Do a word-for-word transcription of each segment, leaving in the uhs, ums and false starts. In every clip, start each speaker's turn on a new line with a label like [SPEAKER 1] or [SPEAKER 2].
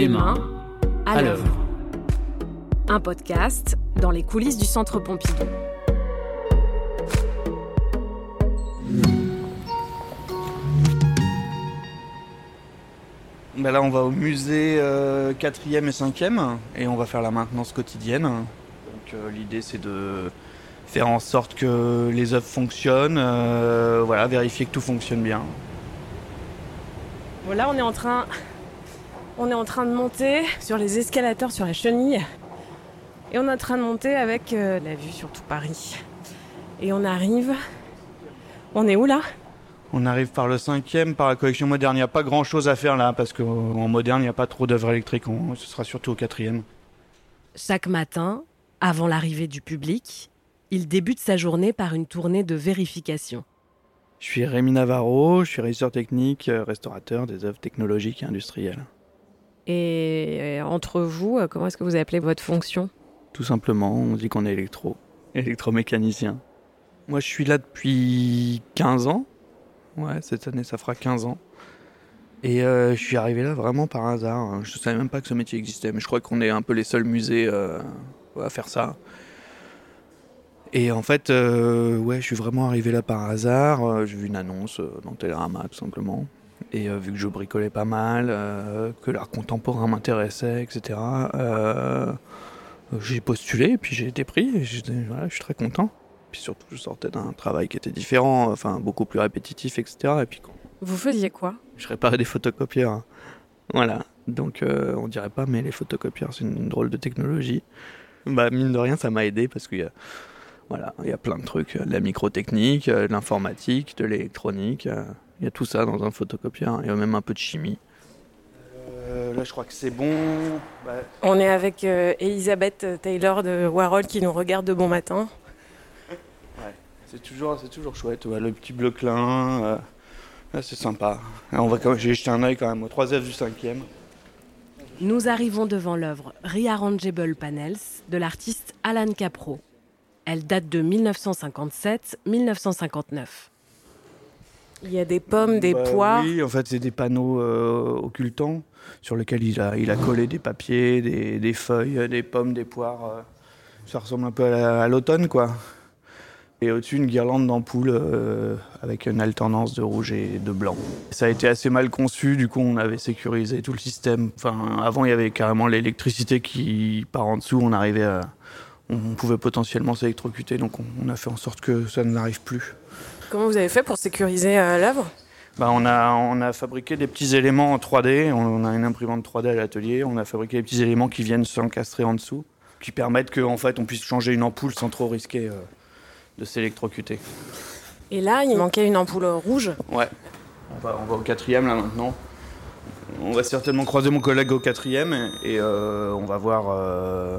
[SPEAKER 1] Les mains à l'œuvre. Un podcast dans les coulisses du Centre Pompidou.
[SPEAKER 2] Ben là, on va au musée euh, quatrième et cinquième et on va faire la maintenance quotidienne. Donc euh, l'idée, c'est de faire en sorte que les œuvres fonctionnent, euh, voilà, vérifier que tout fonctionne bien.
[SPEAKER 1] Bon, là, on est en train, on est en train de monter sur les escalators, sur la chenille, et on est en train de monter avec euh, la vue sur tout Paris. Et on arrive. On est où là ?
[SPEAKER 2] On arrive par le cinquième, par la collection moderne. Il n'y a pas grand-chose à faire là, parce qu'en moderne, il n'y a pas trop d'œuvres électriques. On, ce sera surtout au quatrième.
[SPEAKER 1] Chaque matin, avant l'arrivée du public, il débute sa journée par une tournée de vérification.
[SPEAKER 2] Je suis Rémi Navarro, je suis régisseur technique, restaurateur des œuvres technologiques et industrielles.
[SPEAKER 1] Et entre vous, comment est-ce que vous appelez votre fonction ?
[SPEAKER 2] Tout simplement, on dit qu'on est électro, électromécanicien. Moi, je suis là depuis quinze ans. Ouais, cette année, ça fera quinze ans. Et euh, je suis arrivé là vraiment par hasard. Je ne savais même pas que ce métier existait, mais je crois qu'on est un peu les seuls musées euh, à faire ça. Et en fait, euh, ouais, je suis vraiment arrivé là par hasard. Euh, j'ai vu une annonce euh, dans Télérama, tout simplement. Et euh, vu que je bricolais pas mal, euh, que l'art contemporain m'intéressait, et cetera, euh, j'ai postulé et puis j'ai été pris. Et voilà, je suis très content. Puis surtout, je sortais d'un travail qui était différent, enfin beaucoup plus répétitif, et cetera. Et puis,
[SPEAKER 1] vous faisiez quoi ?
[SPEAKER 2] Je réparais des photocopieurs. Voilà. Donc, euh, on dirait pas, mais les photocopieurs, c'est une, une drôle de technologie. Bah, mine de rien, ça m'a aidé parce qu'il y a, voilà, il y a plein de trucs. De la microtechnique, de l'informatique, de l'électronique. Il y a tout ça dans un photocopieur. Il y a même un peu de chimie. Euh, là, je crois que c'est bon. Bah...
[SPEAKER 1] On est avec euh, Elisabeth Taylor de Warhol qui nous regarde de bon matin.
[SPEAKER 2] Ouais, c'est toujours, c'est toujours chouette. Ouais, le petit bleu clin, euh, là, c'est sympa. Là, on va, j'ai jeté un œil quand même aux trois F du cinquième.
[SPEAKER 1] Nous arrivons devant l'œuvre Rearrangeable Panels de l'artiste Alan Capro. Elle date de dix-neuf cent cinquante-sept à dix-neuf cent cinquante-neuf. Il y a des pommes, des
[SPEAKER 2] bah,
[SPEAKER 1] poires.
[SPEAKER 2] Oui, en fait, c'est des panneaux euh, occultants sur lesquels il a, il a collé des papiers, des, des feuilles, des pommes, des poires. Euh, ça ressemble un peu à, la, à l'automne, quoi. Et au-dessus, une guirlande d'ampoules euh, avec une alternance de rouge et de blanc. Ça a été assez mal conçu, du coup, on avait sécurisé tout le système. Enfin, avant, il y avait carrément l'électricité qui, par en dessous, on arrivait à... On pouvait potentiellement s'électrocuter, donc on, on a fait en sorte que ça ne n'arrive plus.
[SPEAKER 1] Comment vous avez fait pour sécuriser euh, l'œuvre ?
[SPEAKER 2] Bah, on, a, on a fabriqué des petits éléments en trois D, on a une imprimante trois D à l'atelier, on a fabriqué des petits éléments qui viennent s'encastrer en dessous, qui permettent qu'en fait, on puisse changer une ampoule sans trop risquer euh, de s'électrocuter.
[SPEAKER 1] Et là, il manquait une ampoule rouge ?
[SPEAKER 2] Ouais, on va, on va au quatrième là maintenant. On va certainement croiser mon collègue au quatrième et, et euh, on va voir... Euh,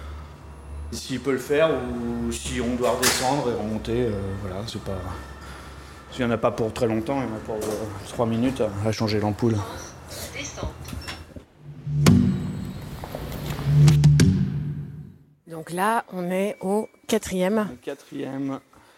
[SPEAKER 2] s'il peut le faire ou si on doit redescendre et remonter, euh, voilà, c'est pas... S'il n'y en a pas pour très longtemps, il y en a pour euh, trois minutes à, à changer l'ampoule.
[SPEAKER 1] Descente. Donc là, on est au quatrième.
[SPEAKER 2] Le quatrième.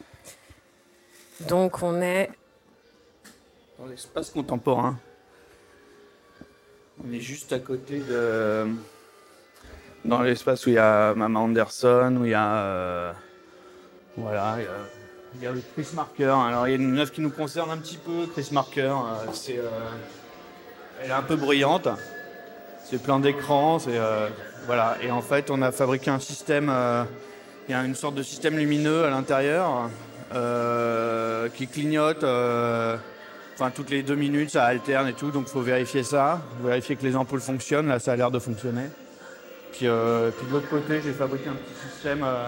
[SPEAKER 1] Donc on est...
[SPEAKER 2] dans l'espace contemporain. On est juste à côté de... dans l'espace où il y a Maman Anderson, où il y a, euh, voilà, il y a, il y a Chris Marker. Alors il y a une œuvre qui nous concerne un petit peu, Chris Marker. Euh, c'est, euh, elle est un peu bruyante. C'est plein d'écrans, c'est euh, voilà. Et en fait, on a fabriqué un système. Euh, il y a une sorte de système lumineux à l'intérieur euh, qui clignote. Euh, Enfin, toutes les deux minutes, ça alterne et tout, donc il faut vérifier ça, vérifier que les ampoules fonctionnent. Là, ça a l'air de fonctionner. Puis, euh, puis de l'autre côté, j'ai fabriqué un petit système. Euh...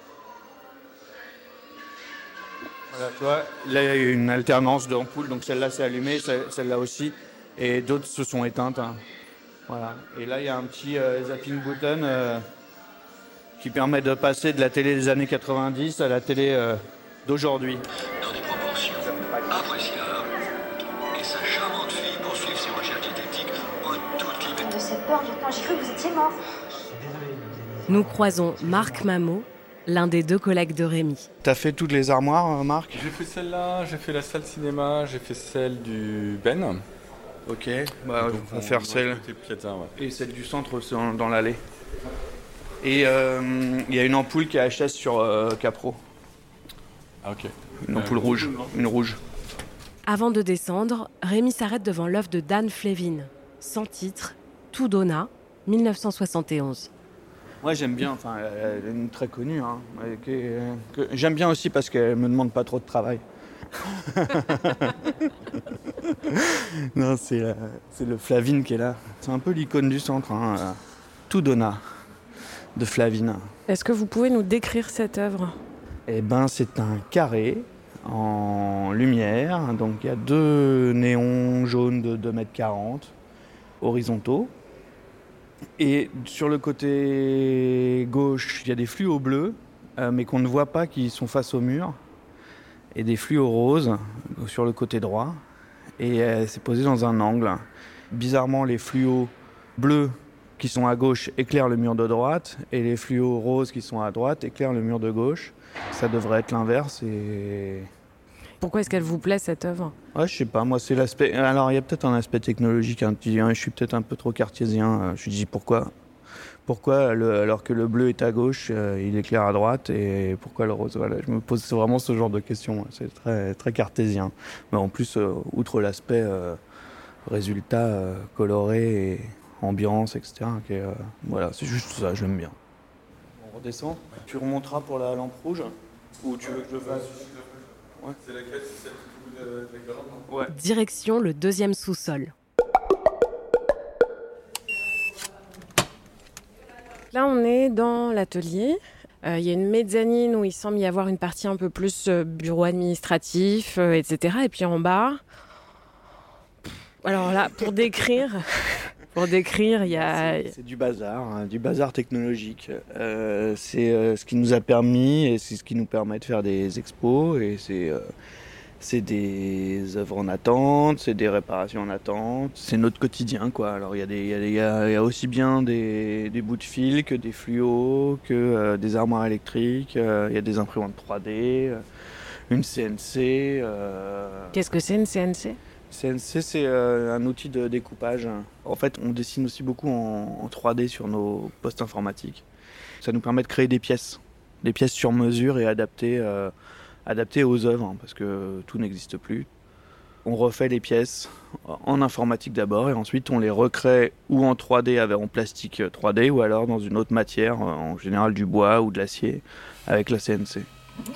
[SPEAKER 2] Voilà, tu vois, là, il y a une alternance d'ampoules, donc celle-là s'est allumée, celle-là aussi, et d'autres se sont éteintes. Hein. Voilà. Et là, il y a un petit euh, zapping button euh, qui permet de passer de la télé des années quatre-vingt-dix à la télé euh, d'aujourd'hui.
[SPEAKER 3] Dans des proportions appréciables, et sa charmante fille poursuit ses recherches diététiques en toute liberté.
[SPEAKER 4] De cette porte, j'ai cru que vous étiez mort.
[SPEAKER 1] Nous croisons Marc Mamot, l'un des deux collègues de Rémi.
[SPEAKER 2] T'as fait toutes les armoires, Marc ?
[SPEAKER 5] J'ai fait celle-là, j'ai fait la salle cinéma, j'ai fait celle du Ben.
[SPEAKER 2] Ok, bah,
[SPEAKER 5] Donc
[SPEAKER 2] on va faire celle.
[SPEAKER 5] côté piétin, ouais.
[SPEAKER 2] Et celle du centre, c'est dans, dans l'allée. Et il euh, y a une ampoule qui est H S sur euh, Capro.
[SPEAKER 5] Ah, ok.
[SPEAKER 2] Une ampoule rouge. Une rouge.
[SPEAKER 1] Avant de descendre, Rémi s'arrête devant l'œuvre de Dan Flevin, sans titre, Tout donna, dix-neuf cent soixante et onze.
[SPEAKER 2] Moi j'aime bien, enfin elle est une très connue, hein, que, que, j'aime bien aussi parce qu'elle me demande pas trop de travail. Non, c'est, euh, c'est le Flavine qui est là. C'est un peu l'icône du centre, hein, euh, Tout donna, de Flavine.
[SPEAKER 1] Est-ce que vous pouvez nous décrire cette œuvre ?
[SPEAKER 2] Eh ben c'est un carré en lumière, donc il y a deux néons jaunes de deux mètres quarante, horizontaux. Et sur le côté gauche, il y a des fluos bleus, euh, mais qu'on ne voit pas, qui sont face au mur. Et des fluos roses sur le côté droit. Et euh, c'est posé dans un angle. Bizarrement, les fluos bleus qui sont à gauche éclairent le mur de droite. Et les fluos roses qui sont à droite éclairent le mur de gauche. Ça devrait être l'inverse. Et...
[SPEAKER 1] Pourquoi est-ce qu'elle vous plaît, cette œuvre ?
[SPEAKER 2] Ouais, je sais pas, moi c'est l'aspect... Alors il y a peut-être un aspect technologique, hein. Je suis peut-être un peu trop cartésien, je me dis pourquoi Pourquoi le... alors que le bleu est à gauche, euh, il éclaire à droite, et pourquoi le rose ? Voilà, je me pose vraiment ce genre de questions, c'est très, très cartésien. Mais en plus, euh, outre l'aspect euh, résultat euh, coloré et ambiance, et cetera, qui est, euh, voilà, c'est juste ça, j'aime bien. On redescend, tu remonteras pour la lampe rouge, ou tu veux que je le fasse ? Ouais.
[SPEAKER 5] C'est laquelle ? C'est celle qui fout avec la lampe ?
[SPEAKER 2] Ouais.
[SPEAKER 1] Direction le deuxième sous-sol. Là, on est dans l'atelier. Il euh, y a une mezzanine où il semble y avoir une partie un peu plus euh, bureau administratif, euh, et cetera. Et puis en bas... Alors là, pour décrire... Pour décrire, il y a...
[SPEAKER 2] C'est, c'est du bazar, hein, du bazar technologique. Euh, c'est euh, ce qui nous a permis et c'est ce qui nous permet de faire des expos. Et c'est, euh, c'est des œuvres en attente, c'est des réparations en attente. C'est notre quotidien, quoi. Alors il y a des, il y a des, il y a, il y a aussi bien des, des bouts de fil que des fluos, que euh, des armoires électriques. Euh, il y a des imprimantes trois D, euh, une C N C. Euh...
[SPEAKER 1] Qu'est-ce que c'est une C N C ?
[SPEAKER 2] C N C, c'est euh, un outil de découpage. En fait, on dessine aussi beaucoup en, en trois D sur nos postes informatiques. Ça nous permet de créer des pièces, des pièces sur mesure et adaptées, euh, adaptées aux œuvres, hein, parce que tout n'existe plus. On refait les pièces en informatique d'abord, et ensuite on les recrée ou en trois D avec en plastique trois D, ou alors dans une autre matière, en général du bois ou de l'acier, avec la C N C.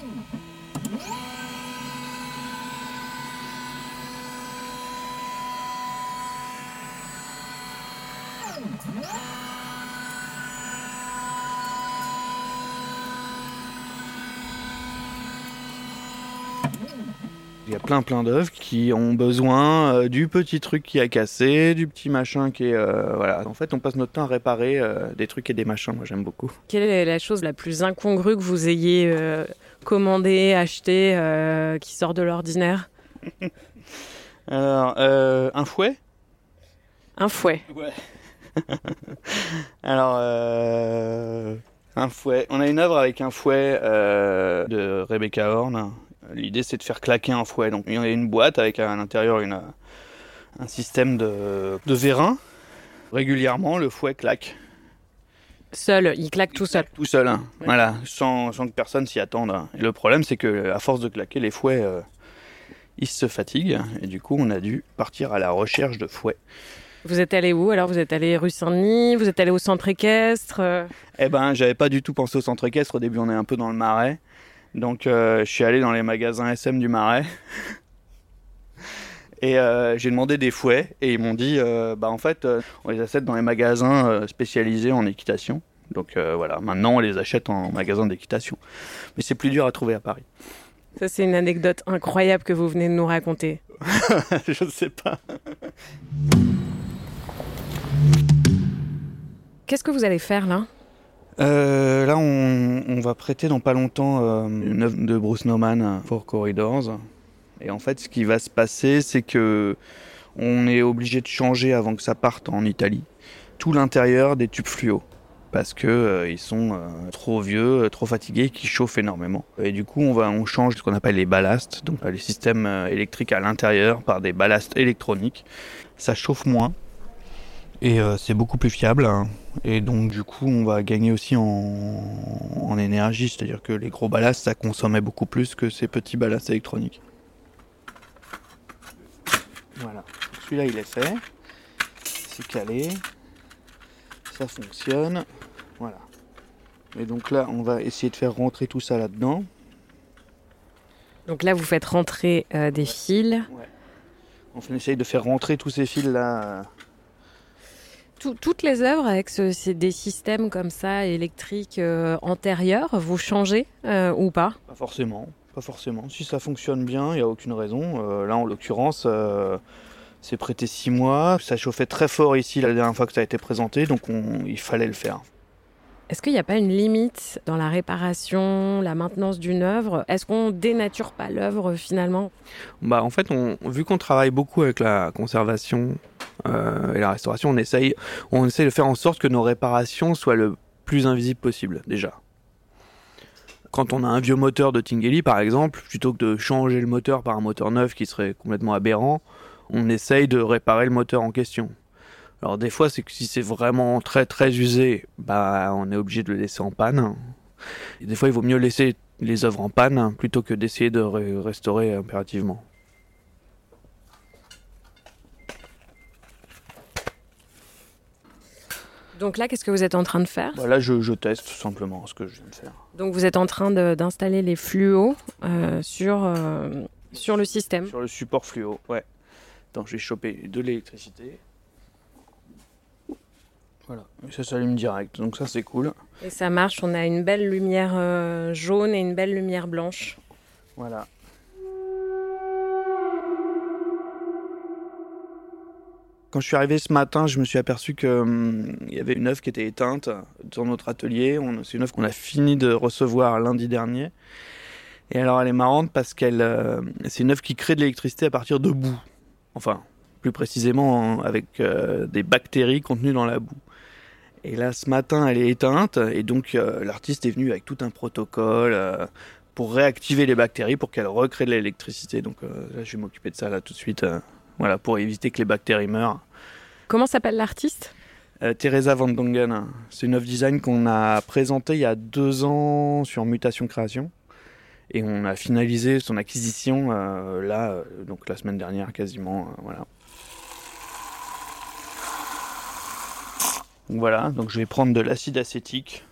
[SPEAKER 2] Il y a plein plein d'œuvres qui ont besoin euh, du petit truc qui a cassé, du petit machin qui est... Euh, voilà. En fait, on passe notre temps à réparer euh, des trucs et des machins, moi j'aime beaucoup.
[SPEAKER 1] Quelle est la chose la plus incongrue que vous ayez euh, commandée, achetée, euh, qui sort de l'ordinaire ?
[SPEAKER 2] Alors, euh, un fouet ?
[SPEAKER 1] Un fouet.
[SPEAKER 2] Ouais. Alors, euh, un fouet. On a une œuvre avec un fouet euh, de Rebecca Horn. L'idée, c'est de faire claquer un fouet. Donc, il y a une boîte avec à l'intérieur une, un système de, de vérin. Régulièrement, le fouet claque.
[SPEAKER 1] Seul, il claque tout seul.
[SPEAKER 2] Tout seul, hein. Ouais. Voilà, sans, sans que personne s'y attende. Et le problème, c'est que à force de claquer, les fouets, euh, ils se fatiguent. Et du coup, on a dû partir à la recherche de fouets.
[SPEAKER 1] Vous êtes allé où alors ? Vous êtes allé rue Saint-Denis ? Vous êtes allé au centre équestre ?
[SPEAKER 2] Eh ben, j'avais pas du tout pensé au centre équestre. Au début, on est un peu dans le Marais. Donc, euh, je suis allé dans les magasins S M du Marais. Et euh, j'ai demandé des fouets. Et ils m'ont dit, euh, bah en fait, euh, on les achète dans les magasins euh, spécialisés en équitation. Donc euh, voilà, maintenant, on les achète en magasin d'équitation. Mais c'est plus dur à trouver à Paris.
[SPEAKER 1] Ça, c'est une anecdote incroyable que vous venez de nous raconter.
[SPEAKER 2] Je ne sais pas.
[SPEAKER 1] Qu'est-ce que vous allez faire là ?
[SPEAKER 2] euh, Là, on, on va prêter dans pas longtemps euh, une œuvre de Bruce Nauman, Four Corridors. Et en fait, ce qui va se passer, c'est que on est obligé de changer avant que ça parte en Italie tout l'intérieur des tubes fluo. parce que euh, ils sont euh, trop vieux, trop fatigués, qui chauffent énormément. Et du coup, on va, on change ce qu'on appelle les ballasts, donc les systèmes électriques à l'intérieur par des ballasts électroniques. Ça chauffe moins et euh, c'est beaucoup plus fiable. Hein. Et donc, du coup, on va gagner aussi en, en énergie, c'est-à-dire que les gros ballasts, ça consommait beaucoup plus que ces petits ballasts électroniques. Voilà. Celui-là, il est fait. C'est calé. Ça fonctionne. Voilà. Et donc là, on va essayer de faire rentrer tout ça là-dedans.
[SPEAKER 1] Donc là, vous faites rentrer euh, des fils.
[SPEAKER 2] Ouais. On essaye de faire rentrer tous ces fils-là. Euh...
[SPEAKER 1] Tout, toutes les œuvres avec ce, c'est des systèmes comme ça, électriques euh, antérieurs, vous changez euh, ou pas ?
[SPEAKER 2] Pas forcément. Pas forcément. Si ça fonctionne bien, il n'y a aucune raison. Euh, là, en l'occurrence, euh, c'est prêté six mois. Ça chauffait très fort ici la dernière fois que ça a été présenté, donc on, il fallait le faire.
[SPEAKER 1] Est-ce qu'il n'y a pas une limite dans la réparation, la maintenance d'une œuvre ? Est-ce qu'on dénature pas l'œuvre finalement ?
[SPEAKER 2] Bah, en fait, on, vu qu'on travaille beaucoup avec la conservation euh, et la restauration, on essaye, on essaye de faire en sorte que nos réparations soient le plus invisibles possible, déjà. Quand on a un vieux moteur de Tinguely, par exemple, plutôt que de changer le moteur par un moteur neuf qui serait complètement aberrant, on essaye de réparer le moteur en question. Alors des fois, c'est que si c'est vraiment très très usé, bah on est obligé de le laisser en panne. Et des fois, il vaut mieux laisser les œuvres en panne plutôt que d'essayer de ré- restaurer impérativement.
[SPEAKER 1] Donc là, qu'est-ce que vous êtes en train de faire ?
[SPEAKER 2] Bah là, je, je teste tout simplement ce que je viens de faire.
[SPEAKER 1] Donc vous êtes en train de, d'installer les fluos euh, sur, euh, sur le système.
[SPEAKER 2] Sur le support fluo, ouais. Donc je vais choper de l'électricité. Voilà, et ça s'allume direct, donc ça c'est cool.
[SPEAKER 1] Et ça marche, on a une belle lumière euh, jaune et une belle lumière blanche.
[SPEAKER 2] Voilà. Quand je suis arrivé ce matin, je me suis aperçu qu'il hum, y avait une œuvre qui était éteinte dans notre atelier. On, c'est une œuvre qu'on a fini de recevoir lundi dernier. Et alors elle est marrante parce qu'elle, euh, c'est une œuvre qui crée de l'électricité à partir de boue. Enfin, plus précisément avec euh, des bactéries contenues dans la boue. Et là, ce matin, elle est éteinte, et donc euh, l'artiste est venu avec tout un protocole euh, pour réactiver les bactéries, pour qu'elles recréent de l'électricité. Donc euh, là, je vais m'occuper de ça là tout de suite, euh, voilà, pour éviter que les bactéries meurent.
[SPEAKER 1] Comment s'appelle l'artiste ?
[SPEAKER 2] euh, Teresa Van Dongen. C'est une œuvre design qu'on a présentée il y a deux ans sur Mutation Création. Et on a finalisé son acquisition euh, là, euh, donc la semaine dernière quasiment, euh, voilà. Donc voilà, donc je vais prendre de l'acide acétique.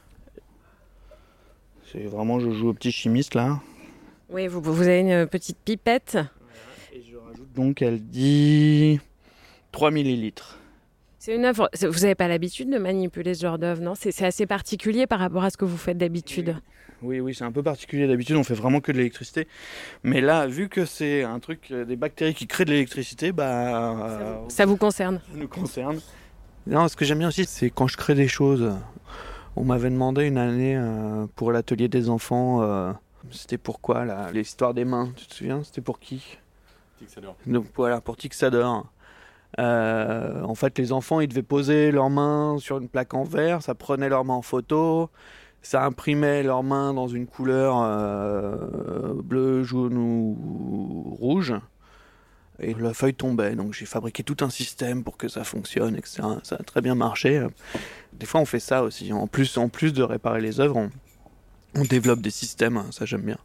[SPEAKER 2] C'est vraiment, je joue au petit chimiste là.
[SPEAKER 1] Oui, vous, vous avez une petite pipette.
[SPEAKER 2] Voilà, et je rajoute donc, elle dit trois millilitres.
[SPEAKER 1] C'est une œuvre, vous n'avez pas l'habitude de manipuler ce genre d'œuvre, non ? c'est, c'est assez particulier par rapport à ce que vous faites d'habitude.
[SPEAKER 2] Oui, oui, c'est un peu particulier. D'habitude, on fait vraiment que de l'électricité. Mais là, vu que c'est un truc, des bactéries qui créent de l'électricité, bah...
[SPEAKER 1] Ça vous, ça vous concerne ?
[SPEAKER 2] Ça nous concerne. Non, ce que j'aime bien aussi, c'est quand je crée des choses. On m'avait demandé une année euh, pour l'atelier des enfants, euh, c'était pour quoi là, l'histoire des mains, tu te souviens ? C'était pour qui ?
[SPEAKER 5] Tixador.
[SPEAKER 2] Donc voilà, pour Tixador. Euh, en fait, les enfants, ils devaient poser leurs mains sur une plaque en verre, ça prenait leurs mains en photo, ça imprimait leurs mains dans une couleur euh, bleu, jaune ou rouge. Et la feuille tombait, donc j'ai fabriqué tout un système pour que ça fonctionne, et cetera. Ça a très bien marché. Des fois, on fait ça aussi. En plus, en plus de réparer les œuvres, on, on développe des systèmes. Ça, j'aime bien.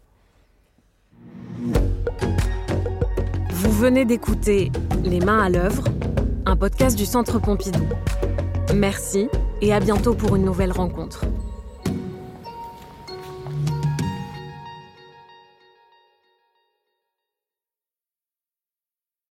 [SPEAKER 1] Vous venez d'écouter Les mains à l'œuvre, un podcast du Centre Pompidou. Merci et à bientôt pour une nouvelle rencontre.